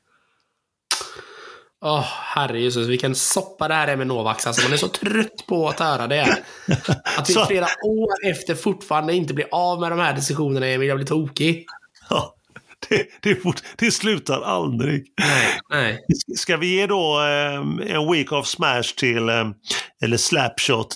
Herre Jesus, vilken soppa det här är med Novaks. Alltså, man är så trött på att höra det. Att vi flera år efter fortfarande inte blir av med de här diskussionerna, Emil, jag blir tokig. Ja, det slutar aldrig. Nej. Ska vi ge då en week of smash till, eller slapshot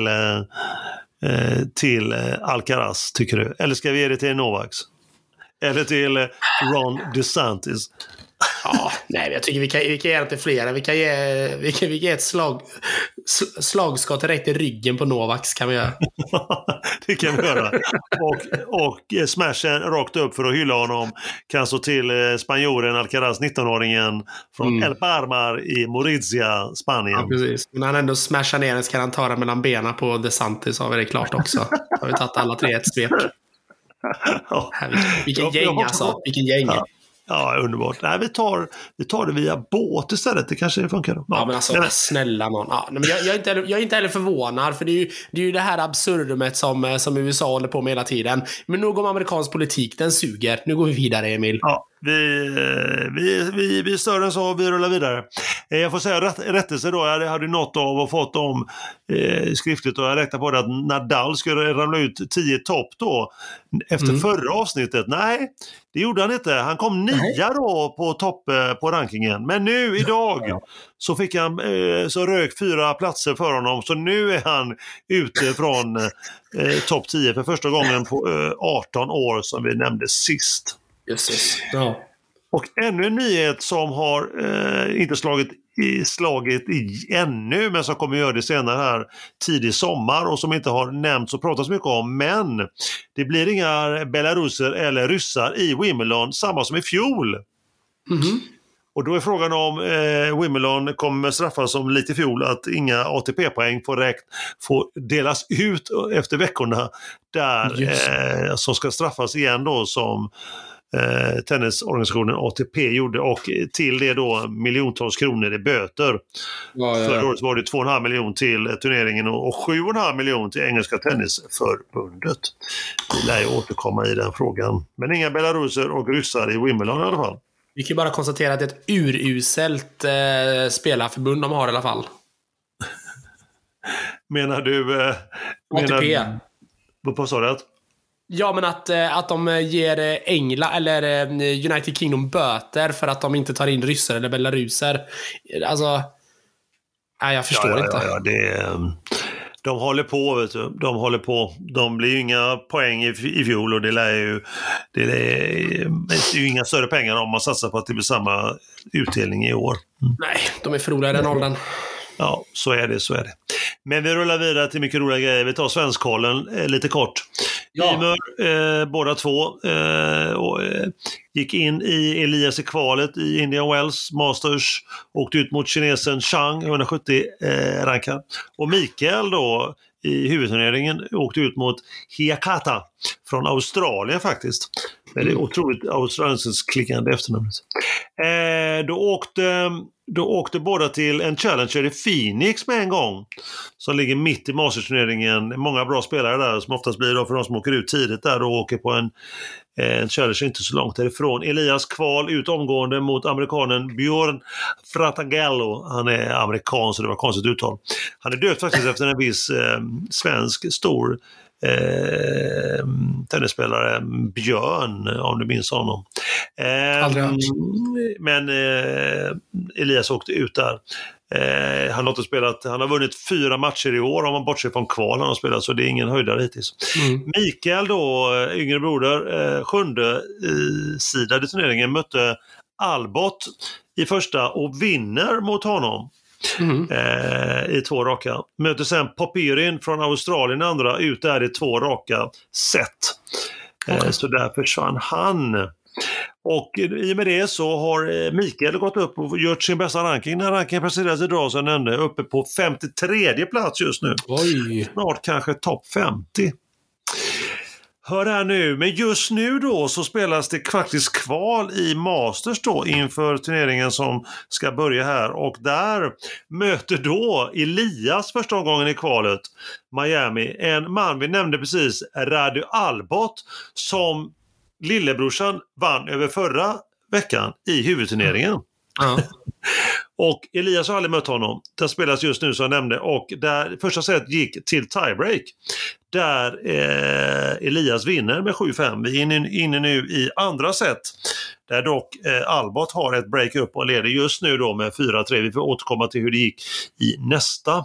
till Alcaraz, tycker du? Eller ska vi ge det till Novaks? Eller till Ron DeSantis? Ja, nej, jag tycker vi kan ge det till flera. Vi kan ge ett slagskott direkt i ryggen på Novaks, kan vi göra. Det kan vi göra. Och smashen rakt upp för att hylla honom. Kan så till spanjoren Alcaraz, 19-åringen från El Parmar i Murcia, Spanien. Ja, precis. Men när han ändå smashar ner den så kan han ta den mellan benen på DeSantis, har vi det klart också. Har vi tagit alla 3 ett svep. Ja. Vilken gäng alltså, vilken gäng. Ja, underbart. Nej, vi tar det via båt istället. Det kanske funkar då. Ja, men alltså, snälla någon. Ja, men jag är inte heller förvånad, för det är ju det här absurdumet som USA håller på med hela tiden. Men nog om amerikansk politik, den suger. Nu går vi vidare, Emil. Ja, vi är större än så, vi rullar vidare. Jag får säga rättelse då. Jag hade något av och fått om skriftligt, och jag räknade på det att Nadal skulle ramla ut 10 topp då efter förra avsnittet. Nej, det gjorde han inte. Han kom 9 då på topp på rankingen. Men nu idag så fick han så rök 4 platser för honom. Så nu är han ute från topp 10 för första gången på 18 år, som vi nämnde sist. Jesus. Ja. Och ännu en nyhet som har inte slagit slagit ännu, men som kommer göra det senare här tidig sommar och som inte har nämnts och pratats mycket om. Men det blir inga belaruser eller ryssar i Wimbledon, samma som i fjol. Mhm. Och då är frågan om Wimbledon kommer straffas som lite i fjol, att inga ATP-poäng får delas ut efter veckorna där som ska straffas igen då, som tennisorganisationen ATP gjorde, och till det då miljontals kronor i böter. Förra året var det 2,5 miljoner till turneringen och 7,5 miljoner till engelska tennisförbundet. Vi lär ju återkomma i den frågan. Men inga belaruser och ryssar i Wimbledon i alla fall. Vi kan bara konstatera att det är ett uruselt spelarförbund de har i alla fall. Menar du... ATP. Vad sa du? Ja, men att de ger England eller United Kingdom böter för att de inte tar in ryssar eller belaruser. Alltså... Nej, jag förstår inte. Ja, de håller på, vet du. De håller på. De blir ju inga poäng i fjol, och det är ju inga större pengar om man satsar på att det blir samma utdelning i år. Nej, de är förlorade i den åldern. Ja, så är det. Men vi rullar vidare till mycket roliga grejer. Vi tar svenskkollen lite kort. Ja. Ymer, båda två, gick in i Elias i kvalet i Indian Wells Masters, åkte ut mot kinesen Chang, 170 rankad. Och Mikael då i huvudturneringen åkte ut mot Hiyakata från Australien faktiskt. Det är otroligt australiensiskt klickande efternamnet. Då åkte båda till en Challenger i Phoenix med en gång, som ligger mitt i Masters-turneringen. Många bra spelare där, som oftast blir då för de som åker ut tidigt där och åker på en Challenger inte så långt därifrån. Elias kval ut omgående mot amerikanen Björn Fratagello. Han är amerikan, så det var konstigt uttal. Han är död faktiskt efter en viss svensk stor tennisspelare, Björn, om du minns honom. Men Elias åkte ut där. Han har vunnit 4 matcher i år om man bortser från kval han har spelat, så det är ingen höjdare hittills. Mikael då, yngre broder, sjunde sidan i turneringen, mötte Albot i första och vinner mot honom. I 2 raka. Möter sen Popyrin från Australien andra, ut där i 2 raka set. Så där försvann han. Och i och med det så har Mikael gått upp och gjort sin bästa ranking. När rankingen presenterades idag, så nämnde uppe på 53:e plats just nu. Oj. Snart kanske topp 50. Hör här nu, men just nu då så spelas det faktiskt kval i Masters då inför turneringen som ska börja här, och där möter då Elias första omgången i kvalet Miami, en man vi nämnde precis, Radu Albot, som lillebrorsan vann över förra veckan i huvudturneringen. Och Elias har aldrig mött honom. Det spelas just nu som jag nämnde, och där första set gick till tiebreak där Elias vinner med 7-5. Vi är inne nu i andra set där dock Albot har ett break upp och leder just nu då med 4-3. Vi får återkomma till hur det gick i nästa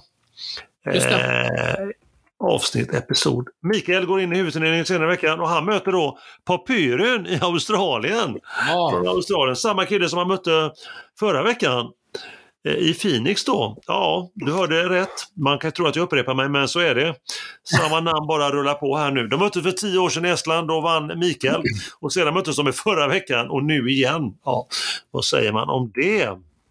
episod. Mikael går in i huvudturneringen senare i veckan och han möter då Popyrin i Australien. Från Australien. Samma kille som han mötte förra veckan i Phoenix då. Ja, du hörde rätt. Man kan tro att jag upprepar mig, men så är det. Samma namn bara rullar på här nu. De möttes för 10 år sedan i Estland, då vann Mikael. Och sedan möttes de i förra veckan och nu igen. Ja, vad säger man om det?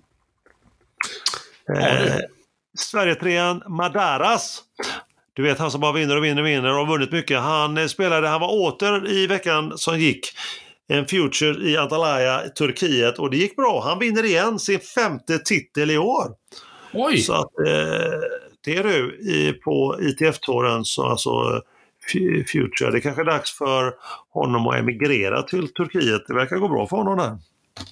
Sverige-trean Madaras. Du vet, han som bara vinner och har vunnit mycket. Han var åter i veckan som gick en future i Antalya i Turkiet, och det gick bra. Han vinner igen sin 5:e titel i år. Oj. Så att det är du på ITF-touren, så alltså future. Det kanske är dags för honom att emigrera till Turkiet. Det verkar gå bra för honom där.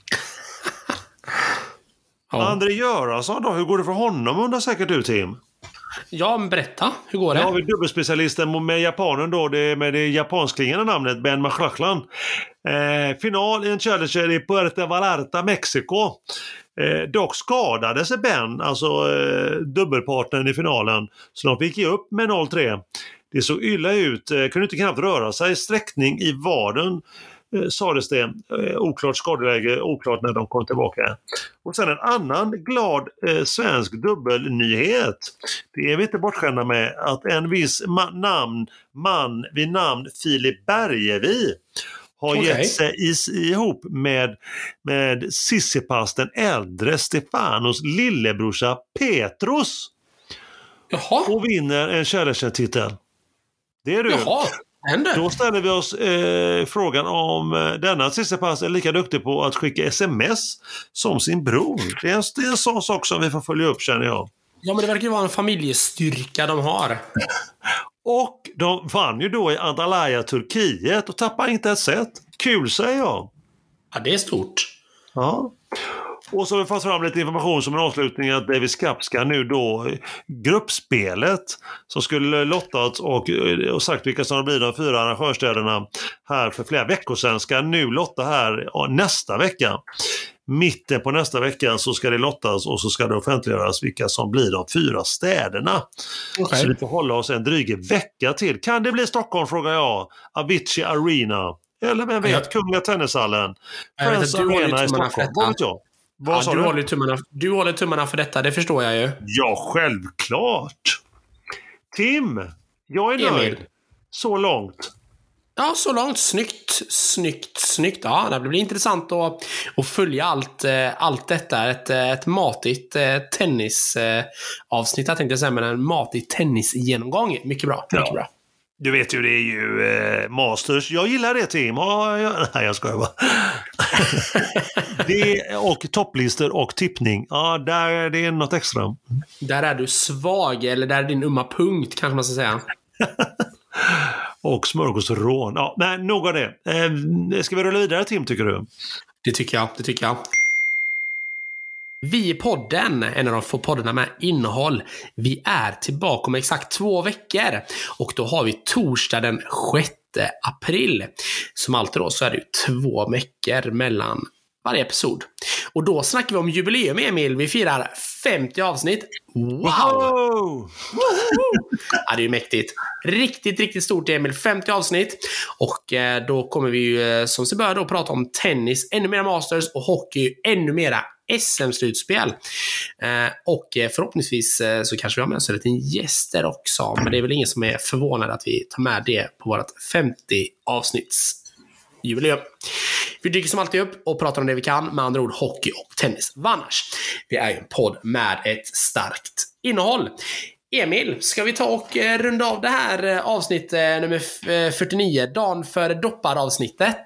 André Göransson då, hur går det för honom, undrar säkert du, Tim? Ja, men berätta. Hur går det? Ja, har vi dubbelspecialisten med japanen då, med det japansklingande namnet Ben Machlachlan. Final i en Challenger i Puerto Vallarta, Mexiko. Dock skadade sig Ben, alltså dubbelpartnern i finalen. Så de fick ge upp med 0-3. Det såg illa ut, kunde inte knappt röra sig. Sträckning i vaden sades det. Oklart skadeläge, oklart när de kom tillbaka. Och sen en annan glad svensk dubbelnyhet. Det är vi inte bortskämda med, att en viss man vid namn Filip Bergevi har gett sig ihop med Tsitsipas den äldre Stefanos lillebrorsa Petros. Jaha. Och vinner en Challenger-titel. Det är du. Jaha. Då ställer vi oss frågan om denna Tsitsipas är lika duktig på att skicka sms som sin bror. Det är en sån sak som vi får följa upp, känner jag. Ja, men det verkar ju vara en familjestyrka de har. Och de vann ju då i Antalya, Turkiet och tappade inte ett set. Kul, säger jag. Ja, det är stort. Ja. Och så har vi fått fram lite information som en avslutning att Davis Cup ska nu då gruppspelet som skulle lottats och sagt vilka som blir de 4 arrangörsstäderna här för flera veckor sedan ska nu lotta här nästa vecka. Mitten på nästa vecka så ska det lottas och så ska det offentliggöras vilka som blir de 4 städerna. Okay. Så vi får hålla oss en dryg vecka till. Kan det bli Stockholm, frågar jag. Avicii Arena. Eller vem vet, Kungliga Tennishallen. Friends Arena i Stockholm. Vad vet jag? Ja, du håller tummarna för detta, det förstår jag ju. Ja, självklart. Tim, jag är nöjd. Så långt. Ja, så långt. Snyggt. Ja, det blir intressant att följa allt detta. Ett matigt tennisavsnitt, jag tänkte säga, men en matig tennisgenomgång. Mycket bra. Du vet ju, det är ju Masters. Jag gillar det, Tim. Nej, jag skojar bara. Det och topplistor och tippning. Ja, där det är något extra. Där är du svag, eller där är din umma punkt, kanske man ska säga. Och smörgåsrån. Ja, nej, nog av det. Ska vi rulla vidare, Tim, tycker du? Det tycker jag. Vi i podden, en av de få poddarna med innehåll, vi är tillbaka om exakt 2 veckor. Och då har vi torsdag den 6 april. Som alltid då så är det ju 2 veckor mellan varje episod. Och då snackar vi om jubileum, Emil. Vi firar 50 avsnitt. Wow! Ja, det är ju mäktigt. Riktigt stort, Emil. 50 avsnitt. Och då kommer vi ju som sig bör då prata om tennis, ännu mera Masters och hockey, ännu mera SM-slutspel. Och förhoppningsvis så kanske vi har med oss en liten gäster också. Men det är väl ingen som är förvånad att vi tar med det på vårt 50 avsnittsjubileum. Vi dyker som alltid upp och pratar om det vi kan, med andra ord hockey och tennis. Vannars, vi är ju en podd med ett starkt innehåll. Emil, ska vi ta och runda av det här avsnitt nummer 49, dagen för dopparavsnittet?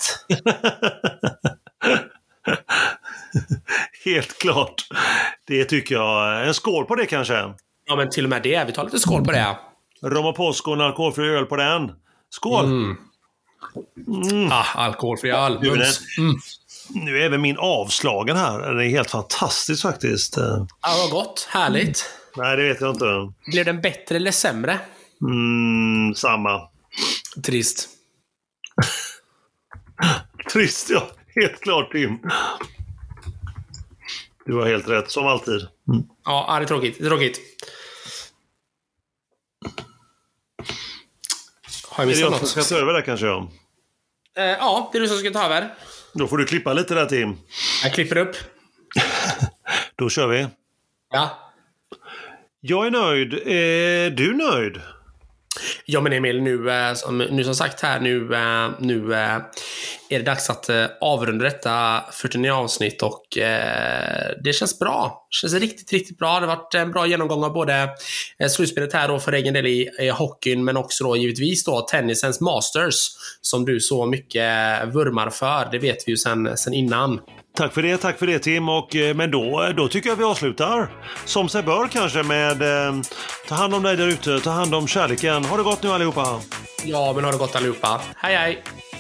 Helt klart. Det tycker jag. En skål på det kanske? Ja, men till och med det. Vi tar lite skål på det. Rom och påsk och alkoholfri öl på den. Skål! Alkoholfri öl. Nu är även min avslagen här. Det är helt fantastiskt faktiskt. Ja, vad gott. Härligt. Nej, det vet jag inte. Blev den bättre eller sämre? Samma. Trist. Trist, ja. Helt klart, Tim. Du har helt rätt, som alltid. Ja, det är tråkigt. Har jag missat något? Jag ska ta över där kanske, ja. Ja, det är du som ska ta över. Då får du klippa lite där, Tim. Jag klipper upp. Då kör vi. Ja. Jag är nöjd. Är du nöjd? Ja, men Emil, nu som sagt här, nu är det dags att avrunda detta 49 avsnitt och det känns bra. Det känns riktigt bra. Det har varit en bra genomgång av både slutspelet här då för egen del i hockeyn, men också då givetvis då tennisens Masters som du så mycket vurmar för. Det vet vi ju sen innan. Tack för det Tim, men då tycker jag vi avslutar som sig bör kanske med ta hand om dig där ute, ta hand om kärleken. Ha det gott nu allihopa. Ja, men ha det gott allihopa. Hej hej.